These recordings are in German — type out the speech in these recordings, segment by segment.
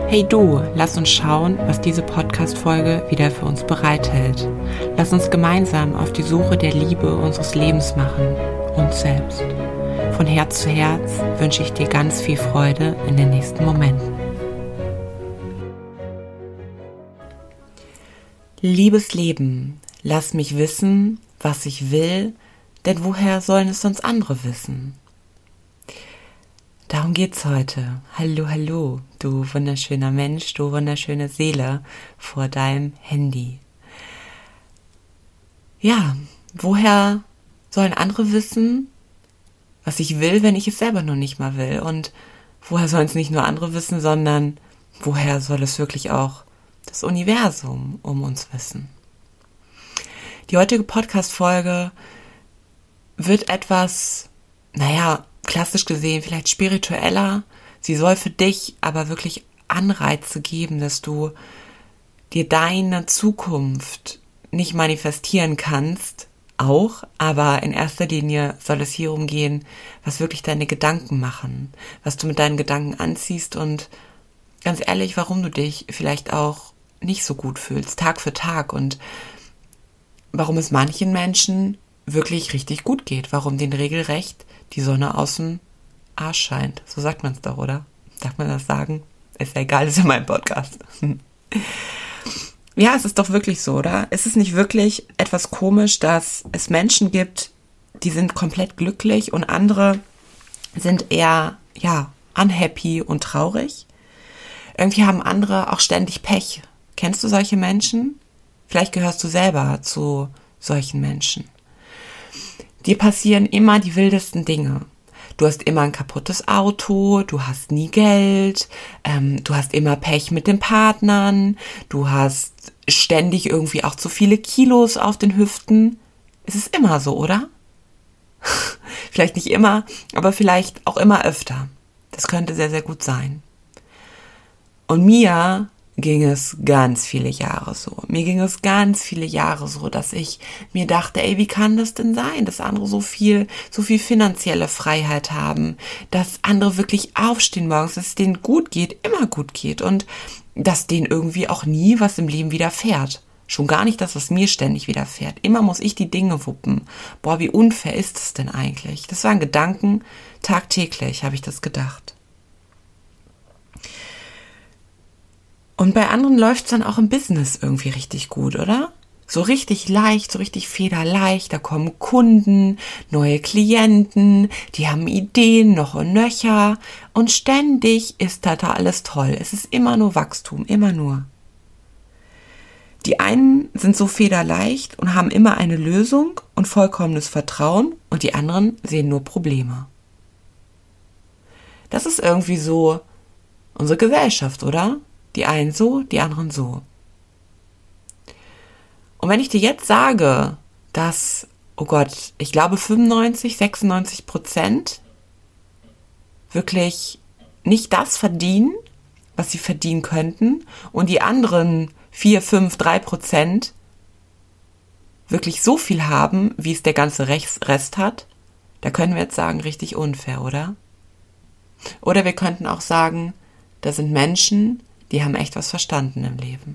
Hey du, lass uns schauen, was diese Podcast-Folge wieder für uns bereithält. Lass uns gemeinsam auf die Suche der Liebe unseres Lebens machen, uns selbst. Von Herz zu Herz wünsche ich dir ganz viel Freude in den nächsten Momenten. Liebes Leben, lass mich wissen, was ich will, denn woher sollen es sonst andere wissen? Darum geht's heute. Hallo, hallo, du wunderschöner Mensch, du wunderschöne Seele vor deinem Handy. Ja, woher sollen andere wissen, was ich will, wenn ich es selber noch nicht mal will? Und woher sollen es nicht nur andere wissen, sondern woher soll es wirklich auch das Universum um uns wissen? Die heutige Podcast-Folge wird etwas, klassisch gesehen vielleicht spiritueller. Sie soll für dich aber wirklich Anreize geben, dass du dir deine Zukunft nicht manifestieren kannst, auch, aber in erster Linie soll es hier umgehen, was wirklich deine Gedanken machen, was du mit deinen Gedanken anziehst und ganz ehrlich, warum du dich vielleicht auch nicht so gut fühlst, Tag für Tag, und warum es manchen Menschen wirklich richtig gut geht, warum denen regelrecht die Sonne aus dem Arsch scheint. So sagt man es doch, oder? Darf man das sagen? Ist ja egal, ist ja mein Podcast. Ja, es ist doch wirklich so, oder? Es ist nicht wirklich etwas komisch, dass es Menschen gibt, die sind komplett glücklich und andere sind eher, unhappy und traurig. Irgendwie haben andere auch ständig Pech. Kennst du solche Menschen? Vielleicht gehörst du selber zu solchen Menschen. Dir passieren immer die wildesten Dinge. Du hast immer ein kaputtes Auto, du hast nie Geld, du hast immer Pech mit den Partnern, du hast ständig irgendwie auch zu viele Kilos auf den Hüften. Es ist immer so, oder? Vielleicht nicht immer, aber vielleicht auch immer öfter. Das könnte sehr, sehr gut sein. Und mir ging es ganz viele Jahre so. Mir ging es ganz viele Jahre so, dass ich mir dachte, wie kann das denn sein, dass andere so viel finanzielle Freiheit haben, dass andere wirklich aufstehen morgens, dass es denen gut geht, immer gut geht und dass denen irgendwie auch nie was im Leben widerfährt. Schon gar nicht das, was mir ständig widerfährt. Immer muss ich die Dinge wuppen. Boah, wie unfair ist das denn eigentlich? Das waren Gedanken, tagtäglich habe ich das gedacht. Und bei anderen läuft es dann auch im Business irgendwie richtig gut, oder? So richtig leicht, so richtig federleicht, da kommen Kunden, neue Klienten, die haben Ideen noch und nöcher und ständig ist da alles toll. Es ist immer nur Wachstum, immer nur. Die einen sind so federleicht und haben immer eine Lösung und vollkommenes Vertrauen und die anderen sehen nur Probleme. Das ist irgendwie so unsere Gesellschaft, oder? Die einen so, die anderen so. Und wenn ich dir jetzt sage, dass, ich glaube 96% wirklich nicht das verdienen, was sie verdienen könnten, und die anderen 3% wirklich so viel haben, wie es der ganze Rest hat, da können wir jetzt sagen, richtig unfair, oder? Oder wir könnten auch sagen, da sind Menschen, die haben echt was verstanden im Leben.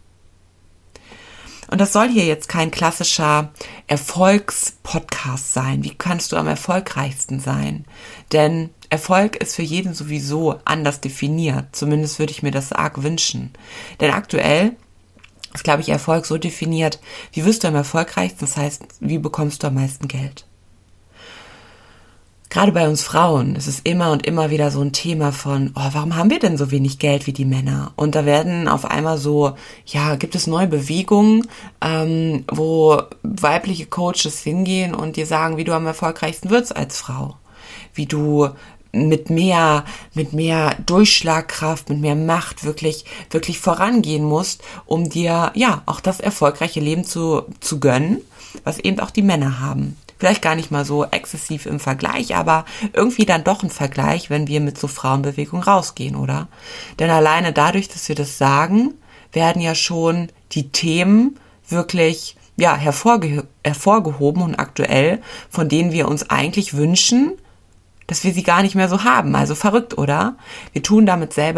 Und das soll hier jetzt kein klassischer Erfolgspodcast sein. Wie kannst du am erfolgreichsten sein? Denn Erfolg ist für jeden sowieso anders definiert. Zumindest würde ich mir das arg wünschen. Denn aktuell ist, glaube ich, Erfolg so definiert, wie wirst du am erfolgreichsten? Das heißt, wie bekommst du am meisten Geld? Gerade bei uns Frauen ist es immer und immer wieder so ein Thema von, warum haben wir denn so wenig Geld wie die Männer? Und da werden auf einmal gibt es neue Bewegungen, wo weibliche Coaches hingehen und dir sagen, wie du am erfolgreichsten wirst als Frau. Wie du mit mehr Durchschlagkraft, mit mehr Macht wirklich vorangehen musst, um dir auch das erfolgreiche Leben zu gönnen, was eben auch die Männer haben. Vielleicht gar nicht mal so exzessiv im Vergleich, aber irgendwie dann doch ein Vergleich, wenn wir mit so Frauenbewegung rausgehen, oder? Denn alleine dadurch, dass wir das sagen, werden ja schon die Themen wirklich hervorgehoben und aktuell, von denen wir uns eigentlich wünschen, dass wir sie gar nicht mehr so haben. Also verrückt, oder? Wir tun damit selber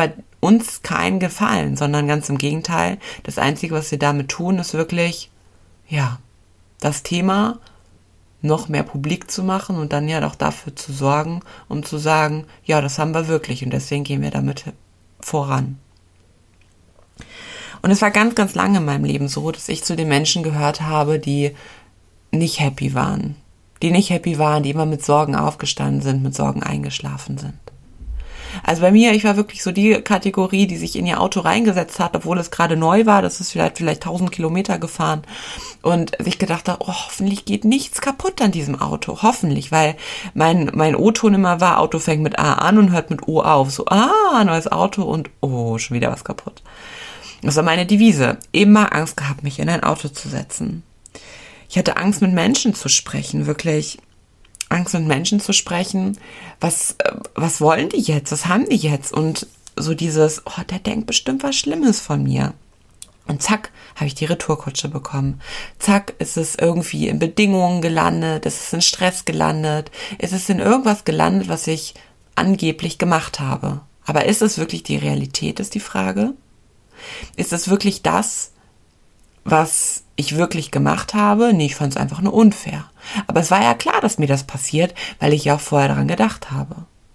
uns keinen Gefallen, sondern ganz im Gegenteil. Das Einzige, was wir damit tun, ist wirklich, ja, das Thema noch mehr publik zu machen und dann ja doch dafür zu sorgen, um zu sagen, ja, das haben wir wirklich und deswegen gehen wir damit voran. Und es war ganz, ganz lange in meinem Leben so, dass ich zu den Menschen gehört habe, die nicht happy waren. Die nicht happy waren, die immer mit Sorgen aufgestanden sind, mit Sorgen eingeschlafen sind. Also bei mir, ich war wirklich so die Kategorie, die sich in ihr Auto reingesetzt hat, obwohl es gerade neu war. Das ist vielleicht 1000 Kilometer gefahren. Und sich gedacht hat, oh, hoffentlich geht nichts kaputt an diesem Auto. Hoffentlich, weil mein O-Ton immer war, Auto fängt mit A an und hört mit O auf. So, neues Auto und oh, schon wieder was kaputt. Das war meine Devise. Immer Angst gehabt, mich in ein Auto zu setzen. Ich hatte Angst, mit Menschen zu sprechen, wirklich Angst, mit Menschen zu sprechen. Was wollen die jetzt? Was haben die jetzt? Und so dieses, oh, der denkt bestimmt was Schlimmes von mir. Und zack, habe ich die Retourkutsche bekommen. Zack, ist es irgendwie in Bedingungen gelandet, ist es in Stress gelandet, ist es in irgendwas gelandet, was ich angeblich gemacht habe. Aber ist es wirklich die Realität, ist die Frage? Ist es wirklich das, was ich wirklich gemacht habe? Nee, ich fand es einfach nur unfair. Aber es war ja klar, dass mir das passiert, weil ich ja auch vorher daran gedacht habe.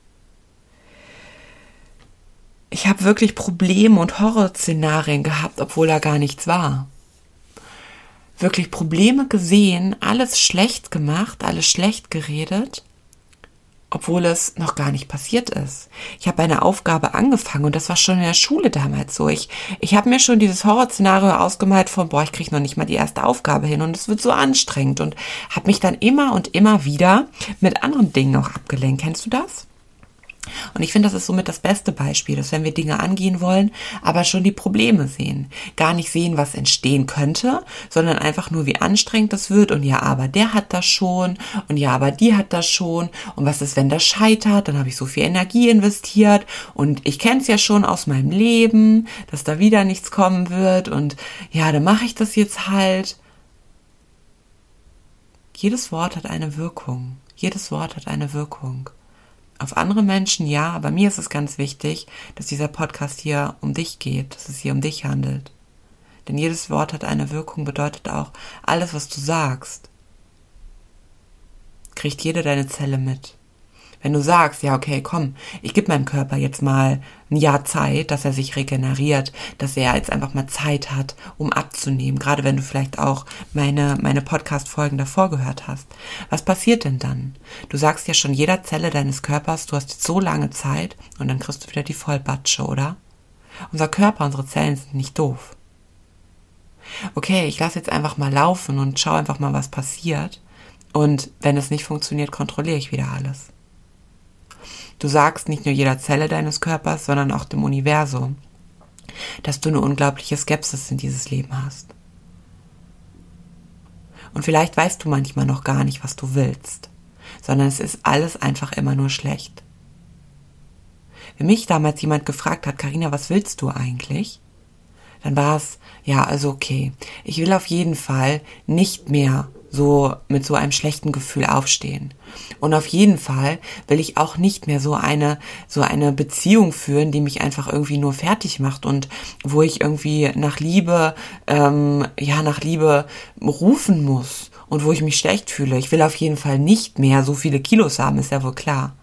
Ich habe wirklich Probleme und Horrorszenarien gehabt, obwohl da gar nichts war. Wirklich Probleme gesehen, alles schlecht gemacht, alles schlecht geredet, obwohl es noch gar nicht passiert ist. Ich habe eine Aufgabe angefangen und das war schon in der Schule damals so. Ich habe mir schon dieses Horrorszenario ausgemalt von, ich kriege noch nicht mal die erste Aufgabe hin und es wird so anstrengend und habe mich dann immer und immer wieder mit anderen Dingen auch abgelenkt. Kennst du das? Und ich finde, das ist somit das beste Beispiel, dass wenn wir Dinge angehen wollen, aber schon die Probleme sehen. Gar nicht sehen, was entstehen könnte, sondern einfach nur, wie anstrengend das wird. Und ja, aber der hat das schon. Und ja, aber die hat das schon. Und was ist, wenn das scheitert? Dann habe ich so viel Energie investiert. Und ich kenne es ja schon aus meinem Leben, dass da wieder nichts kommen wird. Und ja, dann mache ich das jetzt halt. Jedes Wort hat eine Wirkung. Jedes Wort hat eine Wirkung. Auf andere Menschen ja, aber mir ist es ganz wichtig, dass dieser Podcast hier um dich geht, dass es hier um dich handelt. Denn jedes Wort hat eine Wirkung, bedeutet auch, alles, was du sagst, kriegt jede deine Zelle mit. Wenn du sagst, ja okay, komm, ich gebe meinem Körper jetzt mal ein Jahr Zeit, dass er sich regeneriert, dass er jetzt einfach mal Zeit hat, um abzunehmen, gerade wenn du vielleicht auch meine Podcast-Folgen davor gehört hast. Was passiert denn dann? Du sagst ja schon jeder Zelle deines Körpers, du hast jetzt so lange Zeit und dann kriegst du wieder die Vollbatsche, oder? Unser Körper, unsere Zellen sind nicht doof. Okay, ich lasse jetzt einfach mal laufen und schaue einfach mal, was passiert. Und wenn es nicht funktioniert, kontrolliere ich wieder alles. Du sagst nicht nur jeder Zelle deines Körpers, sondern auch dem Universum, dass du eine unglaubliche Skepsis in dieses Leben hast. Und vielleicht weißt du manchmal noch gar nicht, was du willst, sondern es ist alles einfach immer nur schlecht. Wenn mich damals jemand gefragt hat, Carina, was willst du eigentlich? Dann war es, ja, also okay, ich will auf jeden Fall nicht mehr so mit so einem schlechten Gefühl aufstehen. Und auf jeden Fall will ich auch nicht mehr so eine Beziehung führen, die mich einfach irgendwie nur fertig macht und wo ich irgendwie nach Liebe rufen muss und wo ich mich schlecht fühle. Ich will auf jeden Fall nicht mehr so viele Kilos haben, ist ja wohl klar.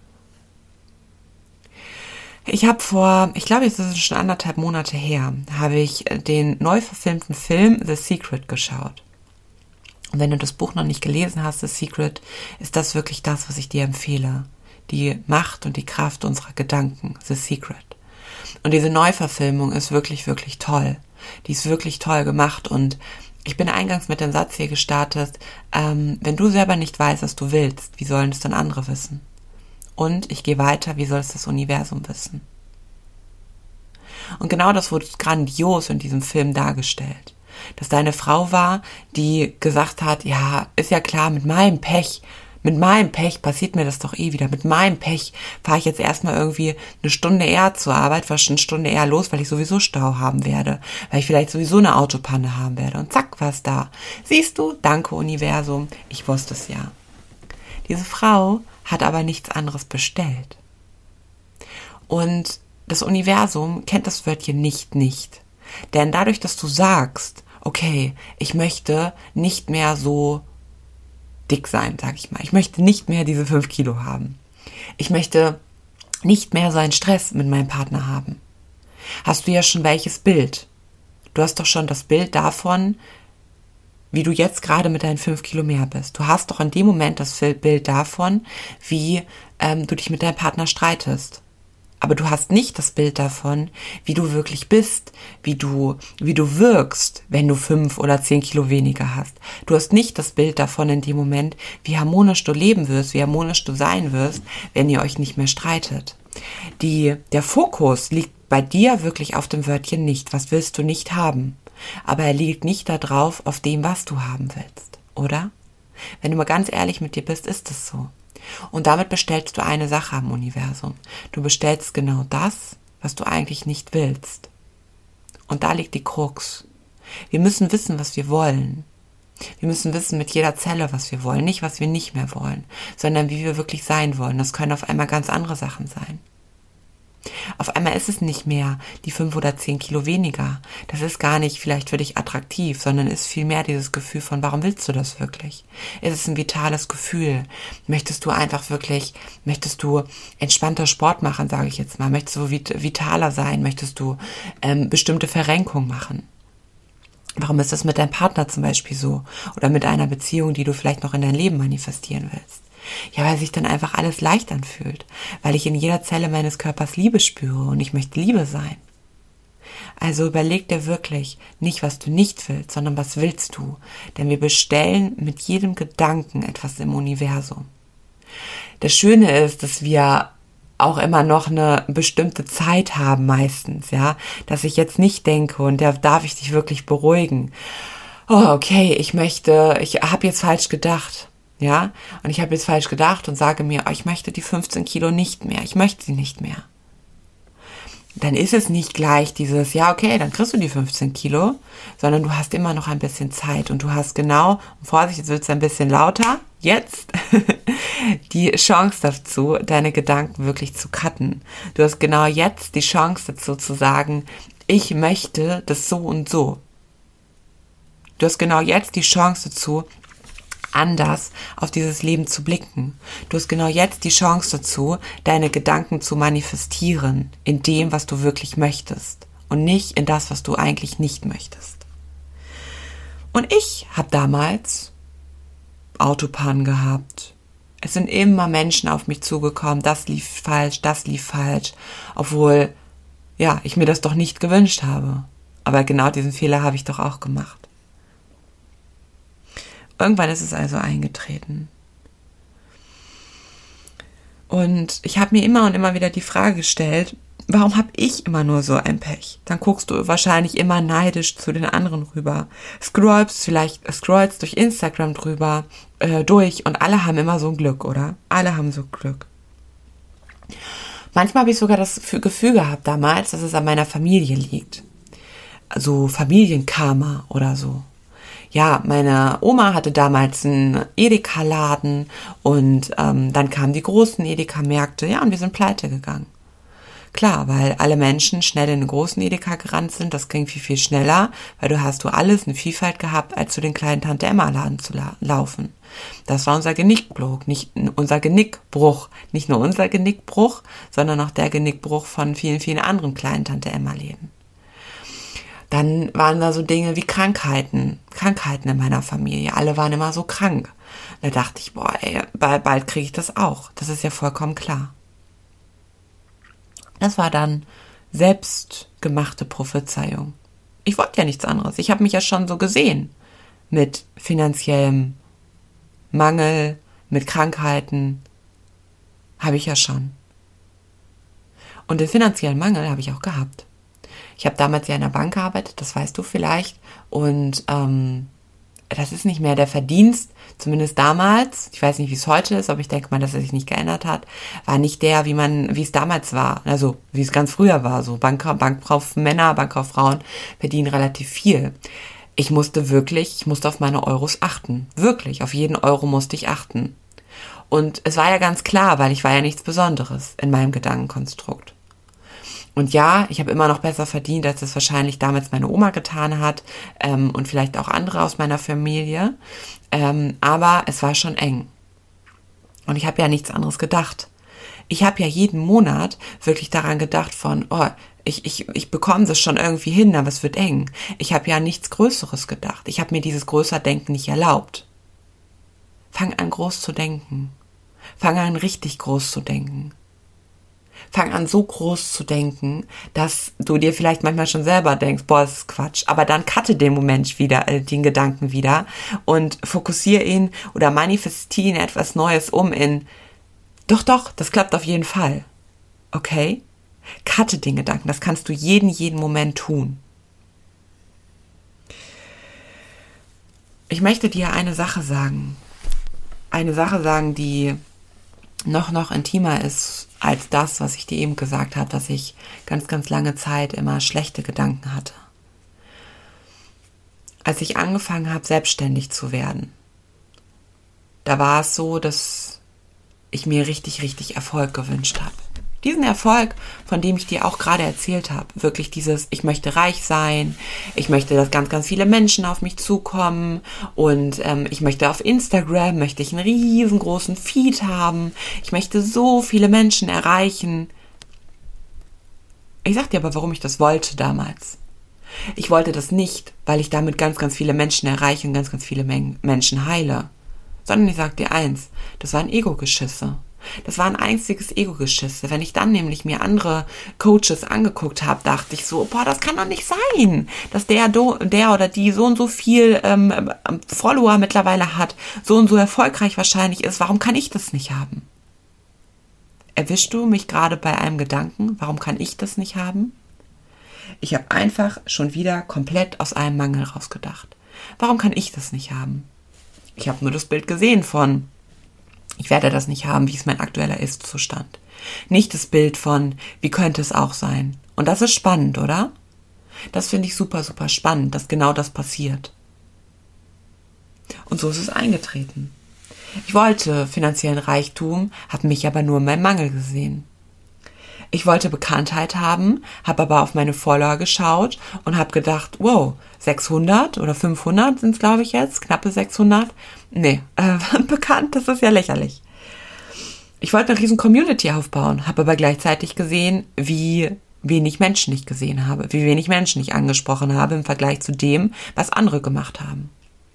Ich habe ich glaube, es ist schon 1,5 Monate her, habe ich den neu verfilmten Film The Secret geschaut. Und wenn du das Buch noch nicht gelesen hast, The Secret, ist das wirklich das, was ich dir empfehle. Die Macht und die Kraft unserer Gedanken, The Secret. Und diese Neuverfilmung ist wirklich, wirklich toll. Die ist wirklich toll gemacht und ich bin eingangs mit dem Satz hier gestartet, wenn du selber nicht weißt, was du willst, wie sollen es dann andere wissen? Und ich gehe weiter, wie soll es das Universum wissen? Und genau das wurde grandios in diesem Film dargestellt. Dass da eine Frau war, die gesagt hat, ja, ist ja klar, mit meinem Pech passiert mir das doch eh wieder. Mit meinem Pech fahre ich jetzt erstmal irgendwie eine Stunde eher zur Arbeit, fahre schon eine Stunde eher los, weil ich sowieso Stau haben werde, weil ich vielleicht sowieso eine Autopanne haben werde. Und zack, war's da. Siehst du, danke Universum, ich wusste es ja. Diese Frau hat aber nichts anderes bestellt. Und das Universum kennt das Wörtchen nicht. Denn dadurch, dass du sagst, okay, ich möchte nicht mehr so dick sein, sag ich mal. Ich möchte nicht mehr diese 5 Kilo haben. Ich möchte nicht mehr so einen Stress mit meinem Partner haben. Hast du ja schon welches Bild? Du hast doch schon das Bild davon, wie du jetzt gerade mit deinen 5 Kilo mehr bist. Du hast doch in dem Moment das Bild davon, wie du dich mit deinem Partner streitest. Aber du hast nicht das Bild davon, wie du wirklich bist, wie du wirkst, wenn du 5 oder 10 Kilo weniger hast. Du hast nicht das Bild davon in dem Moment, wie harmonisch du leben wirst, wie harmonisch du sein wirst, wenn ihr euch nicht mehr streitet. Der Fokus liegt bei dir wirklich auf dem Wörtchen nicht. Was willst du nicht haben? Aber er liegt nicht darauf, auf dem, was du haben willst, oder? Wenn du mal ganz ehrlich mit dir bist, ist es so. Und damit bestellst du eine Sache am Universum. Du bestellst genau das, was du eigentlich nicht willst. Und da liegt die Krux. Wir müssen wissen, was wir wollen. Wir müssen wissen mit jeder Zelle, was wir wollen. Nicht, was wir nicht mehr wollen, sondern wie wir wirklich sein wollen. Das können auf einmal ganz andere Sachen sein. Auf einmal ist es nicht mehr die 5 oder 10 Kilo weniger. Das ist gar nicht vielleicht für dich attraktiv, sondern ist vielmehr dieses Gefühl von, warum willst du das wirklich? Ist es ein vitales Gefühl? Möchtest du entspannter Sport machen, sage ich jetzt mal? Möchtest du vitaler sein? Möchtest du bestimmte Verrenkung machen? Warum ist das mit deinem Partner zum Beispiel so? Oder mit einer Beziehung, die du vielleicht noch in dein Leben manifestieren willst? Ja, weil sich dann einfach alles leicht anfühlt, weil ich in jeder Zelle meines Körpers Liebe spüre und ich möchte Liebe sein. Also überleg dir wirklich nicht, was du nicht willst, sondern was willst du? Denn wir bestellen mit jedem Gedanken etwas im Universum. Das Schöne ist, dass wir auch immer noch eine bestimmte Zeit haben meistens, ja, dass ich jetzt nicht denke und da darf ich dich wirklich beruhigen. Oh, okay, ich habe jetzt falsch gedacht. Ja, und ich habe jetzt falsch gedacht und sage mir, ich möchte die 15 Kilo nicht mehr, ich möchte sie nicht mehr. Dann ist es nicht gleich dieses, ja okay, dann kriegst du die 15 Kilo, sondern du hast immer noch ein bisschen Zeit und du hast genau, Vorsicht, jetzt wird es ein bisschen lauter, jetzt die Chance dazu, deine Gedanken wirklich zu cutten. Du hast genau jetzt die Chance dazu zu sagen, ich möchte das so und so. Du hast genau jetzt die Chance dazu, anders auf dieses Leben zu blicken. Du hast genau jetzt die Chance dazu, deine Gedanken zu manifestieren in dem, was du wirklich möchtest und nicht in das, was du eigentlich nicht möchtest. Und ich habe damals Autopannen gehabt. Es sind immer Menschen auf mich zugekommen, das lief falsch, obwohl, ja, ich mir das doch nicht gewünscht habe. Aber genau diesen Fehler habe ich doch auch gemacht. Irgendwann ist es also eingetreten. Und ich habe mir immer und immer wieder die Frage gestellt, warum habe ich immer nur so ein Pech? Dann guckst du wahrscheinlich immer neidisch zu den anderen rüber. Scrollst durch Instagram drüber, durch und alle haben immer so ein Glück, oder? Alle haben so Glück. Manchmal habe ich sogar das Gefühl gehabt damals, dass es an meiner Familie liegt. Also Familienkarma oder so. Ja, meine Oma hatte damals einen Edeka-Laden und dann kamen die großen Edeka-Märkte, ja, und wir sind pleite gegangen. Klar, weil alle Menschen schnell in den großen Edeka gerannt sind, das ging viel, viel schneller, weil du alles eine Vielfalt gehabt, als zu den kleinen Tante-Emma-Laden zu laufen. Das war unser Genickbruch, nicht nur unser Genickbruch, sondern auch der Genickbruch von vielen, vielen anderen kleinen Tante-Emma-Läden. Dann waren da so Dinge wie Krankheiten in meiner Familie. Alle waren immer so krank. Da dachte ich, bald kriege ich das auch. Das ist ja vollkommen klar. Das war dann selbstgemachte Prophezeiung. Ich wollte ja nichts anderes. Ich habe mich ja schon so gesehen. Mit finanziellem Mangel, mit Krankheiten. Habe ich ja schon. Und den finanziellen Mangel habe ich auch gehabt. Ich habe damals ja in der Bank gearbeitet, das weißt du vielleicht. Und das ist nicht mehr der Verdienst, zumindest damals, ich weiß nicht, wie es heute ist, aber ich denke mal, dass es sich nicht geändert hat, war nicht der, wie es damals war, also wie es ganz früher war. So Bankkaufmänner, Bankkauffrauen verdienen relativ viel. Ich musste auf meine Euros achten. Wirklich, auf jeden Euro musste ich achten. Und es war ja ganz klar, weil ich war ja nichts Besonderes in meinem Gedankenkonstrukt. Und ja, ich habe immer noch besser verdient, als es wahrscheinlich damals meine Oma getan hat und vielleicht auch andere aus meiner Familie. Aber es war schon eng. Und ich habe ja nichts anderes gedacht. Ich habe ja jeden Monat wirklich daran gedacht von, oh, ich bekomme das schon irgendwie hin, aber es wird eng. Ich habe ja nichts Größeres gedacht. Ich habe mir dieses Größerdenken nicht erlaubt. Fang an, groß zu denken. Fang an, richtig groß zu denken. Fang an, so groß zu denken, dass du dir vielleicht manchmal schon selber denkst, boah, das ist Quatsch. Aber dann cutte den Moment wieder, den Gedanken wieder und fokussiere ihn oder manifestiere ihn etwas Neues in, doch, das klappt auf jeden Fall. Okay? Cutte den Gedanken, das kannst du jeden Moment tun. Ich möchte dir eine Sache sagen. Eine Sache sagen, die noch intimer ist als das, was ich dir eben gesagt habe, dass ich ganz lange Zeit immer schlechte Gedanken hatte. Als ich angefangen habe, selbstständig zu werden, da war es so, dass ich mir richtig Erfolg gewünscht habe. Diesen Erfolg, von dem ich dir auch gerade erzählt habe, wirklich dieses, ich möchte reich sein, ich möchte, dass ganz viele Menschen auf mich zukommen und ich möchte auf Instagram, möchte ich einen riesengroßen Feed haben, ich möchte so viele Menschen erreichen. Ich sag dir aber, warum ich das wollte damals. Ich wollte das nicht, weil ich damit ganz viele Menschen erreiche und ganz viele Menschen heile, sondern ich sag dir eins, das waren Ego-Geschisse. Das war ein einziges Ego-Geschisse. Wenn ich dann nämlich mir andere Coaches angeguckt habe, dachte ich so, boah, das kann doch nicht sein, dass der oder die so und so viel Follower mittlerweile hat, so und so erfolgreich wahrscheinlich ist. Warum kann ich das nicht haben? Erwischst du mich gerade bei einem Gedanken? Warum kann ich das nicht haben? Ich habe einfach schon wieder komplett aus einem Mangel rausgedacht. Warum kann ich das nicht haben? Ich habe nur das Bild gesehen von ich werde das nicht haben, wie es mein aktueller Ist-Zustand. Nicht das Bild von, wie könnte es auch sein. Und das ist spannend, oder? Das finde ich super spannend, dass genau das passiert. Und so ist es eingetreten. Ich wollte finanziellen Reichtum, habe mich aber nur in meinem Mangel gesehen. Ich wollte Bekanntheit haben, habe aber auf meine Follower geschaut und habe gedacht, wow, 600 oder 500 sind es, glaube ich jetzt, knappe 600. Nee, bekannt, das ist ja lächerlich. Ich wollte eine riesen Community aufbauen, habe aber gleichzeitig gesehen, wie wenig Menschen ich gesehen habe, wie wenig Menschen ich angesprochen habe im Vergleich zu dem, was andere gemacht haben.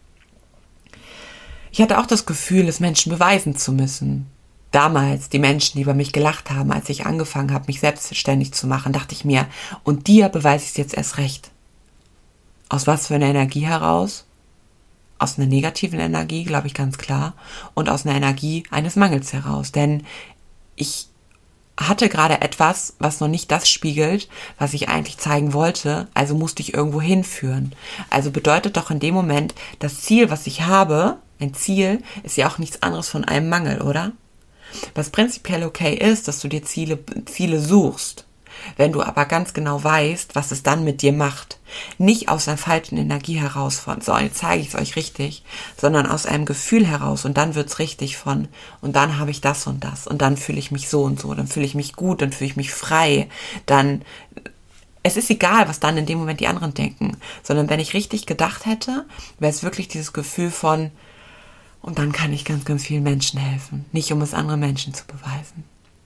Ich hatte auch das Gefühl, es Menschen beweisen zu müssen. Damals, die Menschen, die über mich gelacht haben, als ich angefangen habe, mich selbstständig zu machen, dachte ich mir, und dir beweise ich es jetzt erst recht. Aus was für einer Energie heraus? Aus einer negativen Energie, glaube ich ganz klar, und aus einer Energie eines Mangels heraus. Denn ich hatte gerade etwas, was noch nicht das spiegelt, was ich eigentlich zeigen wollte, also musste ich irgendwo hinführen. Also bedeutet doch in dem Moment, das Ziel, was ich habe, ein Ziel, ist ja auch nichts anderes von einem Mangel, oder? Was prinzipiell okay ist, dass du dir Ziele suchst. Wenn du aber ganz genau weißt, was es dann mit dir macht. Nicht aus einer falschen Energie heraus von, so, jetzt zeige ich es euch richtig, sondern aus einem Gefühl heraus und dann wird's richtig von, und dann habe ich das und dann fühle ich mich so und so, dann fühle ich mich gut, dann fühle ich mich frei, dann, es ist egal, was dann in dem Moment die anderen denken, sondern wenn ich richtig gedacht hätte, wäre es wirklich dieses Gefühl von, und dann kann ich ganz vielen Menschen helfen. Nicht, um es anderen Menschen zu beweisen.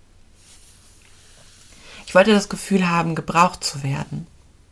Ich wollte das Gefühl haben, gebraucht zu werden.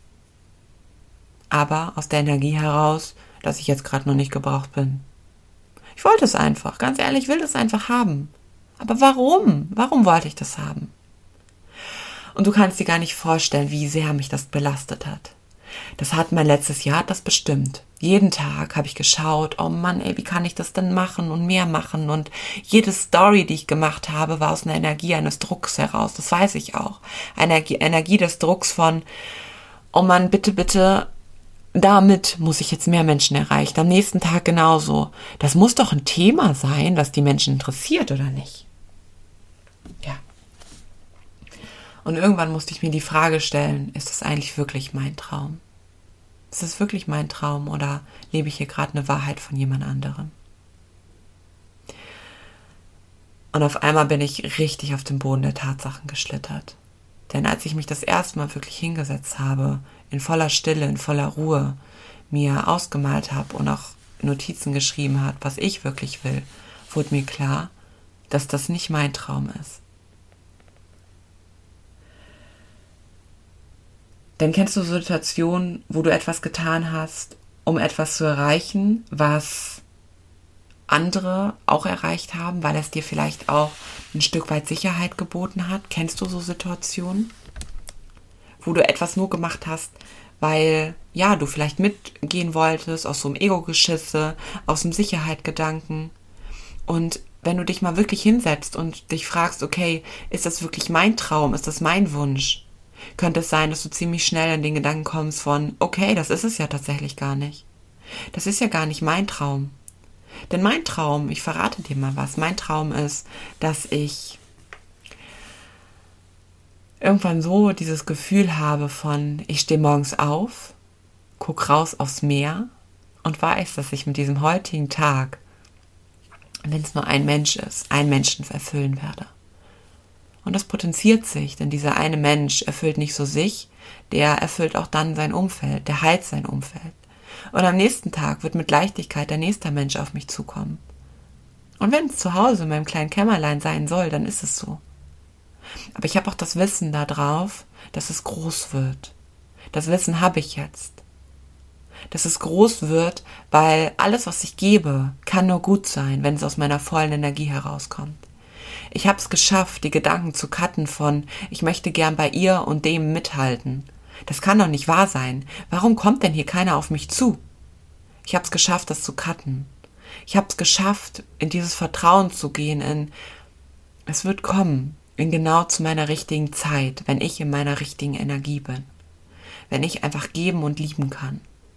Aber aus der Energie heraus, dass ich jetzt gerade noch nicht gebraucht bin. Ich wollte es einfach. Ganz ehrlich, ich will das einfach haben. Aber warum? Warum wollte ich das haben? Und du kannst dir gar nicht vorstellen, wie sehr mich das belastet hat. Das hat mein letztes Jahr das bestimmt. Jeden Tag habe ich geschaut, oh Mann, ey, wie kann ich das denn machen und mehr machen? Und jede Story, die ich gemacht habe, war aus einer Energie eines Drucks heraus. Das weiß ich auch. Eine Energie des Drucks von, oh Mann, bitte, damit muss ich jetzt mehr Menschen erreichen. Am nächsten Tag genauso. Das muss doch ein Thema sein, das die Menschen interessiert, oder nicht? Ja. Und irgendwann musste ich mir die Frage stellen, ist das eigentlich wirklich mein Traum? Ist das wirklich mein Traum oder lebe ich hier gerade eine Wahrheit von jemand anderem? Und auf einmal bin ich richtig auf den Boden der Tatsachen geschlittert. Denn als ich mich das erste Mal wirklich hingesetzt habe, in voller Stille, in voller Ruhe, mir ausgemalt habe und auch Notizen geschrieben habe, was ich wirklich will, wurde mir klar, dass das nicht mein Traum ist. Denn kennst du Situationen, wo du etwas getan hast, um etwas zu erreichen, was andere auch erreicht haben, weil es dir vielleicht auch ein Stück weit Sicherheit geboten hat? Kennst du so Situationen, wo du etwas nur gemacht hast, weil ja, du vielleicht mitgehen wolltest, aus so einem Ego-Geschisse, aus dem Sicherheitsgedanken? Und wenn du dich mal wirklich hinsetzt und dich fragst, okay, ist das wirklich mein Traum, ist das mein Wunsch? Könnte es sein, dass du ziemlich schnell in den Gedanken kommst von, okay, das ist es ja tatsächlich gar nicht. Das ist ja gar nicht mein Traum. Denn mein Traum, ich verrate dir mal was, mein Traum ist, dass ich irgendwann so dieses Gefühl habe von, ich stehe morgens auf, guck raus aufs Meer und weiß, dass ich mit diesem heutigen Tag, wenn es nur ein Mensch ist, einen Menschen erfüllen werde. Und das potenziert sich, denn dieser eine Mensch erfüllt nicht so sich, der erfüllt auch dann sein Umfeld, der heilt sein Umfeld. Und am nächsten Tag wird mit Leichtigkeit der nächste Mensch auf mich zukommen. Und wenn es zu Hause in meinem kleinen Kämmerlein sein soll, dann ist es so. Aber ich habe auch das Wissen darauf, dass es groß wird. Das Wissen habe ich jetzt. Dass es groß wird, weil alles, was ich gebe, kann nur gut sein, wenn es aus meiner vollen Energie herauskommt. Ich habe es geschafft, die Gedanken zu cutten von, ich möchte gern bei ihr und dem mithalten. Das kann doch nicht wahr sein. Warum kommt denn hier keiner auf mich zu? Ich habe es geschafft, das zu cutten. Ich habe es geschafft, in dieses Vertrauen zu gehen, es wird kommen, in genau zu meiner richtigen Zeit, wenn ich in meiner richtigen Energie bin. Wenn ich einfach geben und lieben kann.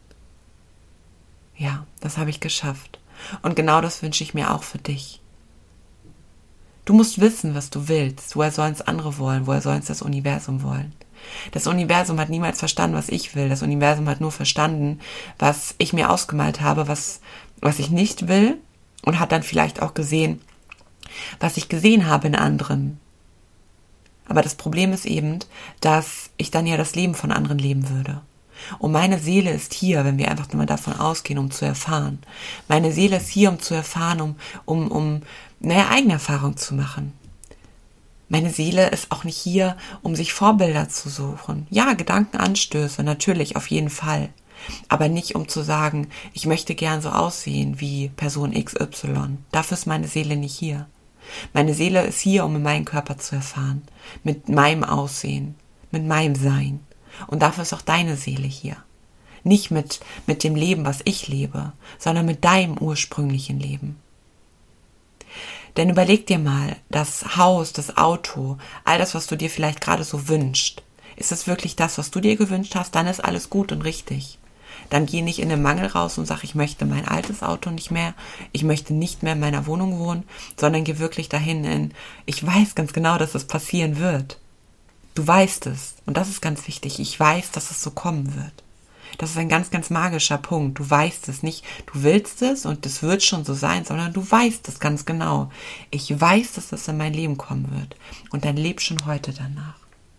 Ja, das habe ich geschafft. Und genau das wünsche ich mir auch für dich. Du musst wissen, was du willst. Woher sollen es andere wollen? Woher soll es das Universum wollen? Das Universum hat niemals verstanden, was ich will. Das Universum hat nur verstanden, was ich mir ausgemalt habe, was ich nicht will, und hat dann vielleicht auch gesehen, was ich gesehen habe in anderen. Aber das Problem ist eben, dass ich dann ja das Leben von anderen leben würde. Und meine Seele ist hier, wenn wir einfach mal davon ausgehen, um zu erfahren. Meine Seele ist hier, um zu erfahren, um eine Eigenerfahrung zu machen. Meine Seele ist auch nicht hier, um sich Vorbilder zu suchen. Ja, Gedankenanstöße, natürlich, auf jeden Fall. Aber nicht, um zu sagen, ich möchte gern so aussehen wie Person XY. Dafür ist meine Seele nicht hier. Meine Seele ist hier, um in meinen Körper zu erfahren. Mit meinem Aussehen, mit meinem Sein. Und dafür ist auch deine Seele hier. Nicht mit dem Leben, was ich lebe, sondern mit deinem ursprünglichen Leben. Denn überleg dir mal, das Haus, das Auto, all das, was du dir vielleicht gerade so wünschst, ist es wirklich das, was du dir gewünscht hast, dann ist alles gut und richtig. Dann geh nicht in den Mangel raus und sag, ich möchte mein altes Auto nicht mehr, ich möchte nicht mehr in meiner Wohnung wohnen, sondern geh wirklich dahin ich weiß ganz genau, dass es passieren wird. Du weißt es. Und das ist ganz wichtig. Ich weiß, dass es so kommen wird. Das ist ein ganz, ganz magischer Punkt. Du weißt es nicht. Du willst es und es wird schon so sein, sondern du weißt es ganz genau. Ich weiß, dass das in mein Leben kommen wird. Und dann leb schon heute danach.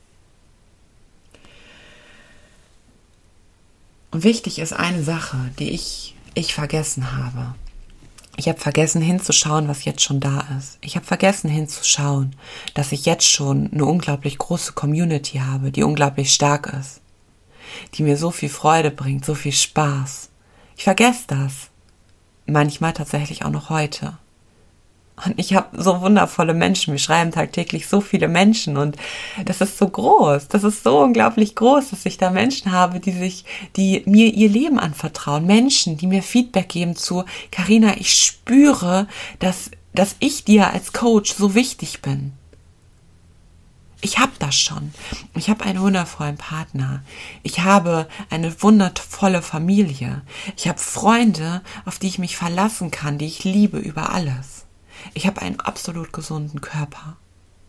Und wichtig ist eine Sache, die ich vergessen habe. Ich habe vergessen hinzuschauen, was jetzt schon da ist. Ich habe vergessen hinzuschauen, dass ich jetzt schon eine unglaublich große Community habe, die unglaublich stark ist, die mir so viel Freude bringt, so viel Spaß. Ich vergesse das. Manchmal tatsächlich auch noch heute. Und ich habe so wundervolle Menschen. Wir schreiben tagtäglich so viele Menschen und das ist so groß. Das ist so unglaublich groß, dass ich da Menschen habe, die mir ihr Leben anvertrauen. Menschen, die mir Feedback geben zu, Carina, ich spüre, dass ich dir als Coach so wichtig bin. Ich habe das schon. Ich habe einen wundervollen Partner. Ich habe eine wundervolle Familie. Ich habe Freunde, auf die ich mich verlassen kann, die ich liebe über alles. Ich habe einen absolut gesunden Körper.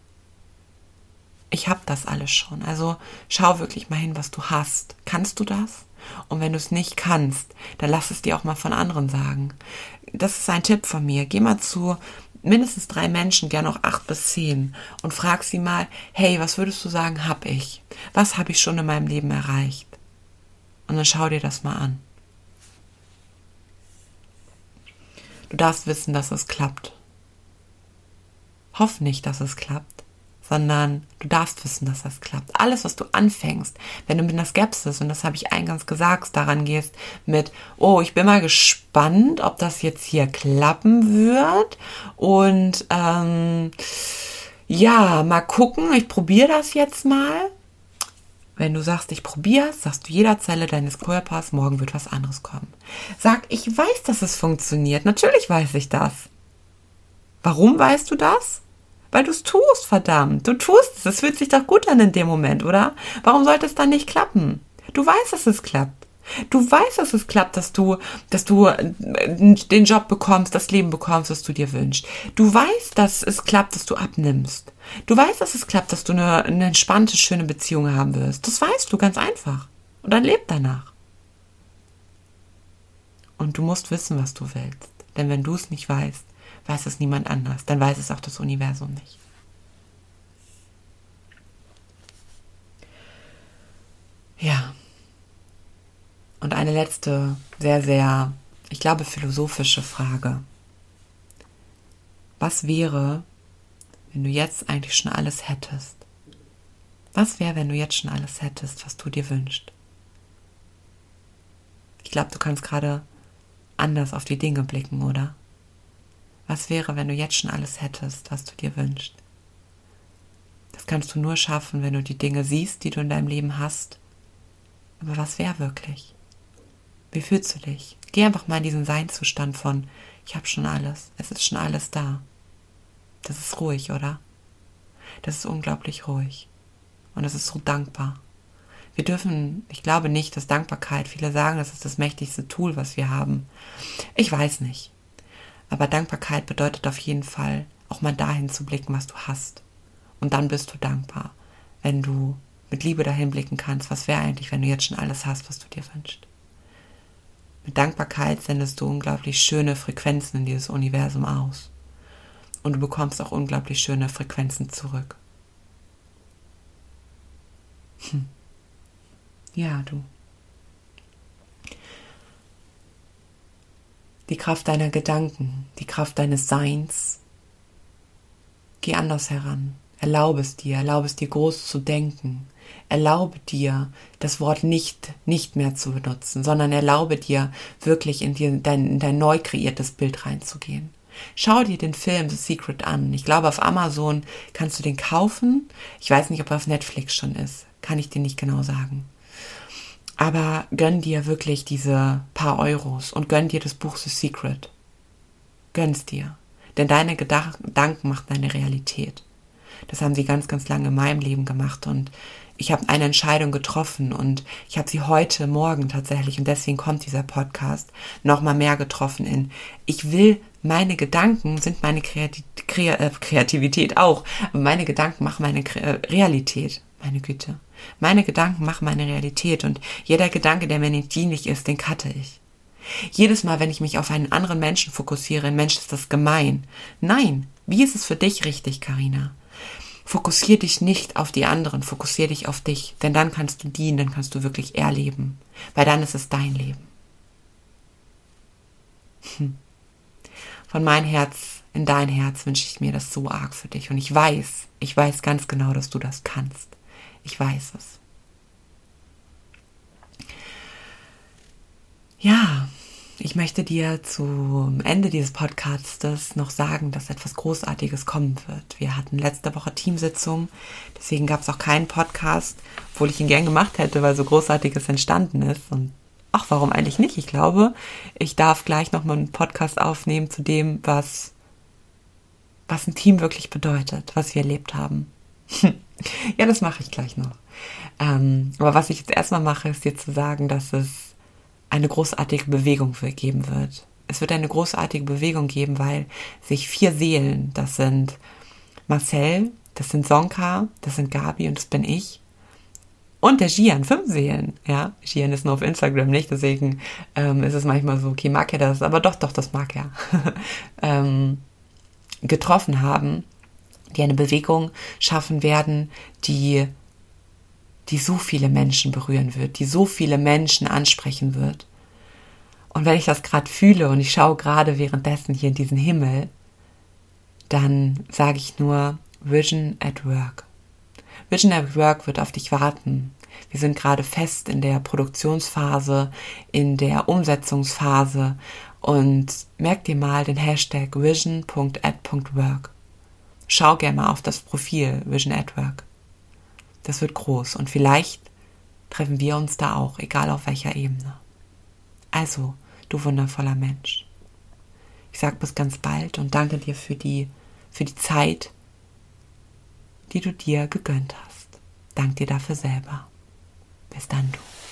Ich habe das alles schon. Also schau wirklich mal hin, was du hast. Kannst du das? Und wenn du es nicht kannst, dann lass es dir auch mal von anderen sagen. Das ist ein Tipp von mir. Geh mal zu mindestens 3 Menschen, gerne auch 8 bis 10 und frag sie mal, hey, was würdest du sagen, hab ich? Was habe ich schon in meinem Leben erreicht? Und dann schau dir das mal an. Du darfst wissen, dass es klappt. Hoff nicht, dass es klappt, sondern du darfst wissen, dass das klappt. Alles, was du anfängst, wenn du mit einer Skepsis, und das habe ich eingangs gesagt, daran gehst mit, oh, ich bin mal gespannt, ob das jetzt hier klappen wird und ja, mal gucken, ich probiere das jetzt mal. Wenn du sagst, ich probiere es, sagst du jeder Zelle deines Körpers, morgen wird was anderes kommen. Sag, ich weiß, dass es funktioniert. Natürlich weiß ich das. Warum weißt du das? Weil du es tust, verdammt. Du tust es. Es fühlt sich doch gut an in dem Moment, oder? Warum sollte es dann nicht klappen? Du weißt, dass es klappt. Du weißt, dass es klappt, dass du den Job bekommst, das Leben bekommst, was du dir wünschst. Du weißt, dass es klappt, dass du abnimmst. Du weißt, dass es klappt, dass du eine entspannte, schöne Beziehung haben wirst. Das weißt du ganz einfach. Und dann leb danach. Und du musst wissen, was du willst. Denn wenn du es nicht weißt, weiß es niemand anders. Dann weiß es auch das Universum nicht. Ja. Und eine letzte, sehr, sehr, ich glaube, philosophische Frage. Was wäre, wenn du jetzt eigentlich schon alles hättest? Was wäre, wenn du jetzt schon alles hättest, was du dir wünschst? Ich glaube, du kannst gerade anders auf die Dinge blicken, oder? Was wäre, wenn du jetzt schon alles hättest, was du dir wünschst? Das kannst du nur schaffen, wenn du die Dinge siehst, die du in deinem Leben hast. Aber was wäre wirklich? Wie fühlst du dich? Geh einfach mal in diesen Seinzustand von, ich habe schon alles, es ist schon alles da. Das ist ruhig, oder? Das ist unglaublich ruhig. Und es ist so dankbar. Wir dürfen, ich glaube nicht, dass Dankbarkeit, viele sagen, das ist das mächtigste Tool, was wir haben. Ich weiß nicht. Aber Dankbarkeit bedeutet auf jeden Fall, auch mal dahin zu blicken, was du hast. Und dann bist du dankbar, wenn du mit Liebe dahin blicken kannst, was wäre eigentlich, wenn du jetzt schon alles hast, was du dir wünschst. Mit Dankbarkeit sendest du unglaublich schöne Frequenzen in dieses Universum aus. Und du bekommst auch unglaublich schöne Frequenzen zurück. Ja, du. Die Kraft deiner Gedanken, die Kraft deines Seins. Geh anders heran. Erlaube es dir groß zu denken. Erlaube dir, das Wort nicht mehr zu benutzen, sondern erlaube dir, wirklich in dein neu kreiertes Bild reinzugehen. Schau dir den Film The Secret an. Ich glaube, auf Amazon kannst du den kaufen. Ich weiß nicht, ob er auf Netflix schon ist. Kann ich dir nicht genau sagen. Aber gönn dir wirklich diese paar Euros und gönn dir das Buch The Secret. Gönn's dir. Denn deine Gedanken machen deine Realität. Das haben sie ganz, ganz lange in meinem Leben gemacht und ich habe eine Entscheidung getroffen und ich habe sie heute Morgen tatsächlich, und deswegen kommt dieser Podcast, nochmal mehr getroffen ich will, meine Gedanken sind meine Kreativität auch, aber meine Gedanken machen meine Realität, meine Güte. Meine Gedanken machen meine Realität und jeder Gedanke, der mir nicht dienlich ist, den cutte ich. Jedes Mal, wenn ich mich auf einen anderen Menschen fokussiere, ein Mensch, ist das gemein. Nein, wie ist es für dich richtig, Carina? Fokussier dich nicht auf die anderen, fokussier dich auf dich, denn dann kannst du dienen, dann kannst du wirklich erleben, weil dann ist es dein Leben. Von meinem Herz in dein Herz wünsche ich mir das so arg für dich und ich weiß ganz genau, dass du das kannst. Ich weiß es. Ja, ich möchte dir zum Ende dieses Podcasts noch sagen, dass etwas Großartiges kommen wird. Wir hatten letzte Woche Teamsitzung, deswegen gab es auch keinen Podcast, obwohl ich ihn gern gemacht hätte, weil so Großartiges entstanden ist. Und ach, warum eigentlich nicht? Ich glaube, ich darf gleich nochmal einen Podcast aufnehmen zu dem, was ein Team wirklich bedeutet, was wir erlebt haben. Ja, das mache ich gleich noch. Aber was ich jetzt erstmal mache, ist dir zu sagen, dass es eine großartige Bewegung geben wird. Es wird eine großartige Bewegung geben, weil sich 4 Seelen, das sind Marcel, das sind Sonka, das sind Gabi und das bin ich und der Gian, 5 Seelen. Ja, Gian ist nur auf Instagram nicht, deswegen ist es manchmal so, okay, mag er das, aber doch, das mag er. getroffen haben, die eine Bewegung schaffen werden, die so viele Menschen berühren wird, die so viele Menschen ansprechen wird. Und wenn ich das gerade fühle und ich schaue gerade währenddessen hier in diesen Himmel, dann sage ich nur Vision at Work. Vision at Work wird auf dich warten. Wir sind gerade fest in der Produktionsphase, in der Umsetzungsphase und merk dir mal den Hashtag vision.at.work. Schau gerne mal auf das Profil Vision at Work. Das wird groß und vielleicht treffen wir uns da auch, egal auf welcher Ebene. Also, du wundervoller Mensch. Ich sage bis ganz bald und danke dir für die Zeit, die du dir gegönnt hast. Dank dir dafür selber. Bis dann, du.